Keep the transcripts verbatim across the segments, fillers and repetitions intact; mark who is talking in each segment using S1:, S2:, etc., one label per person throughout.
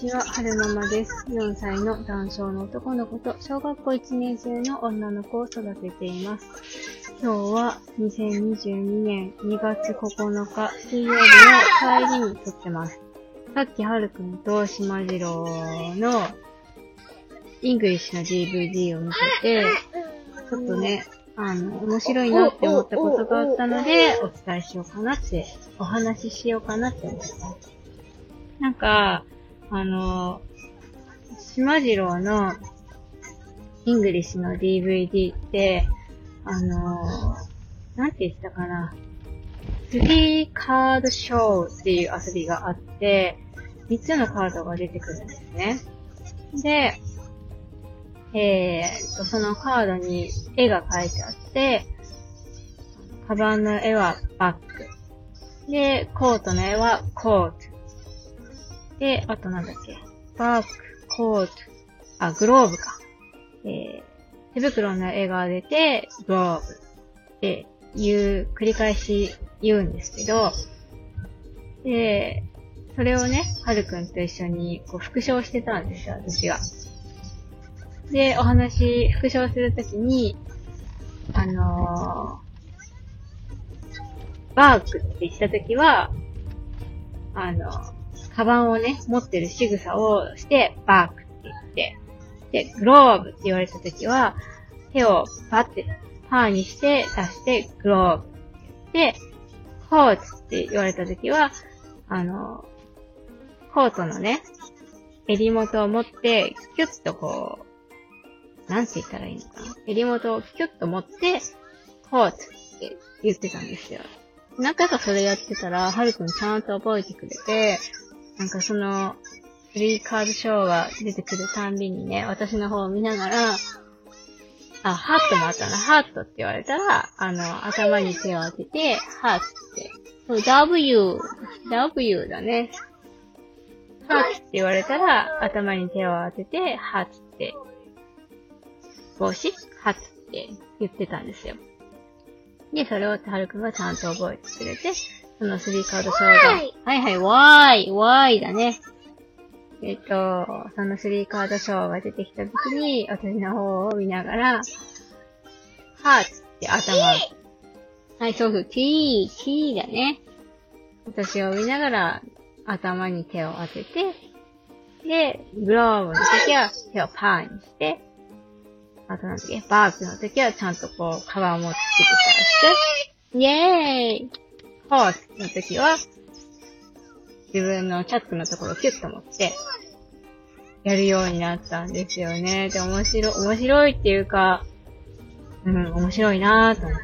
S1: ちは、はるままです。よんさいの男性の男の子と小学校いちねん生の女の子を育てています。今日はにせんにじゅうにねんにがつここのか水曜日の帰りに撮ってます。さっきはるくんとしまじろうのイングリッシュの ディーブイディー を見てて、ちょっとね、あの、面白いなって思ったことがあったので、お伝えしようかなって、お話ししようかなって思います。なんか、あの、しまじろうのイングリッシュの ディーブイディー って、あの、なんて言ってたかな。スリーカードショーっていう遊びがあって、みっつのカードが出てくるんですね。で、えーと、そのカードに絵が描いてあって、カバンの絵はバッグ。で、コートの絵はコート。で、あとなんだっけ、バッグ、コート、あ、グローブか。えー、手袋の絵が出て、グローブっていう、繰り返し言うんですけど、で、それをね、はるくんと一緒にこう復唱してたんですよ、私が。で、お話、復唱するときに、あのー、バークって言ったときは、あの、カバンをね、持ってる仕草をして、バークって言って、で、グローブって言われたときは、手をパって、パーにして出して、グローブって言って、コートって言われたときは、あの、コートのね、襟元を持って、キュッとこう、なんて言ったらいいのかな。襟元をキュッと持って、コートって言ってたんですよ。何回かそれやってたら、はるくんちゃんと覚えてくれて、なんかその、スリーカードショーが出てくるたんびにね、私の方を見ながら、あ、ハットもあったな、ハットって言われたら、あの、頭に手を当てて、ハットって。そう、W、W だね。ハットって言われたら、頭に手を当てて、ハットって。帽子ハットって言ってたんですよ。で、それをはるくんがちゃんと覚えてくれて、そのスリーカードショーが、はいはい、わーい、わーいだね。えっと、そのスリーカードショーが出てきた時に、私の方を見ながら、ハーツって頭、はい、そうそう、T、T だね。私を見ながら、頭に手を当てて、で、グローブの時は手をパーにして、あとなんだっけ、バークの時はちゃんとこう、カバンを持ってきてして、イェーイホースの時は、自分のチャックのところをキュッと持って、やるようになったんですよね。で、面白い、面白いっていうか、うん、面白いなぁと思って、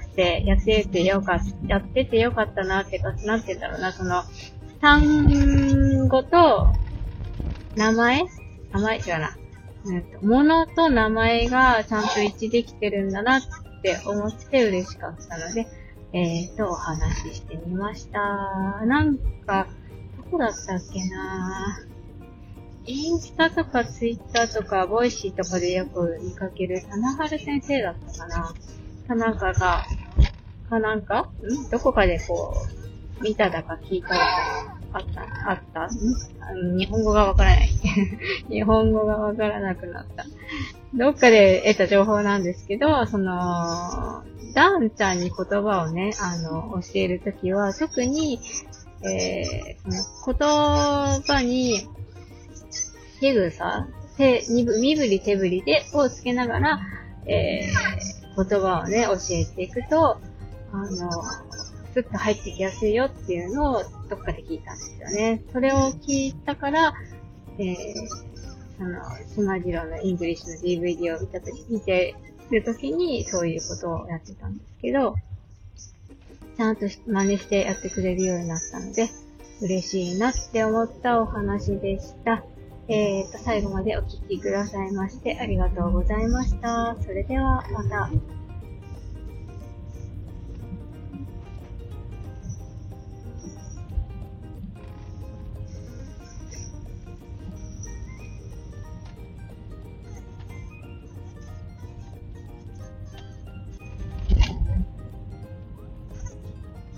S1: やっててよかった、やっててよかったなってか、なんて言うんだろうな、その、単語と、名前名前違うな。物と名前がちゃんと一致できてるんだなって思って嬉しかったので、えーと、お話ししてみました。なんか、どこだったっけなぁ。インスタとかツイッターとかボイシーとかでよく見かける棚春先生だったかな。かなんかが、かなんかんどこかでこう、見ただか聞いただかあった、あったん日本語がわからない。日本語がわからなくなった。どっかで得た情報なんですけど、その、ダンちゃんに言葉をね、あの、教えるときは、特に、えー、言葉に、手草、手、身振り手振りで、をつけながら、えー、言葉をね、教えていくと、あの、スッと入ってきやすいよっていうのをどっかで聞いたんですよね。それを聞いたから、えー、その、しまじろうのイングリッシュの ディーブイディー を見たとき、見てるときにそういうことをやってたんですけど、ちゃんと真似してやってくれるようになったので、嬉しいなって思ったお話でした。えーと、最後までお聞きくださいましてありがとうございました。それではまた。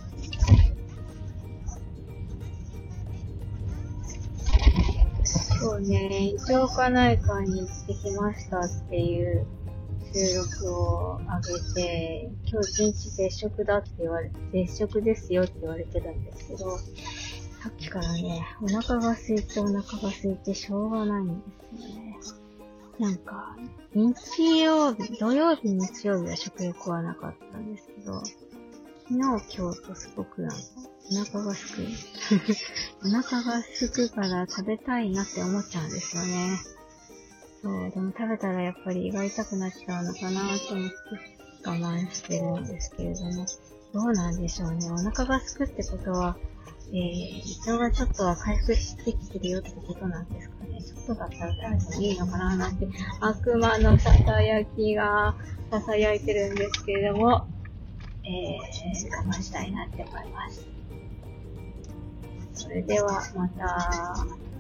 S1: 今日今日ね、長華内科に行ってきましたっていう収録を上げて、今日一日絶食だって言われて、絶食ですよって言われてるんですけど、さっきからね、お腹が空いてお腹が空いてしょうがないんですよね。なんか、日曜日、土曜日、日曜日は食欲はなかったんですけど、昨日、今日とすごくなんか、お腹がすく。お腹がすくから食べたいなって思っちゃうんですよね。そう、でも食べたらやっぱり胃が痛くなっちゃうのかなと思って我慢してるんですけれども、どうなんでしょうね。お腹がすくってことは、えー、胃腸がちょっとは回復してきてるよってことなんですかね。ちょっとだったら食べてもいいのかななんて、悪魔のささやきがささやいてるんですけれども、えー、我慢したいなって思います。それではまた。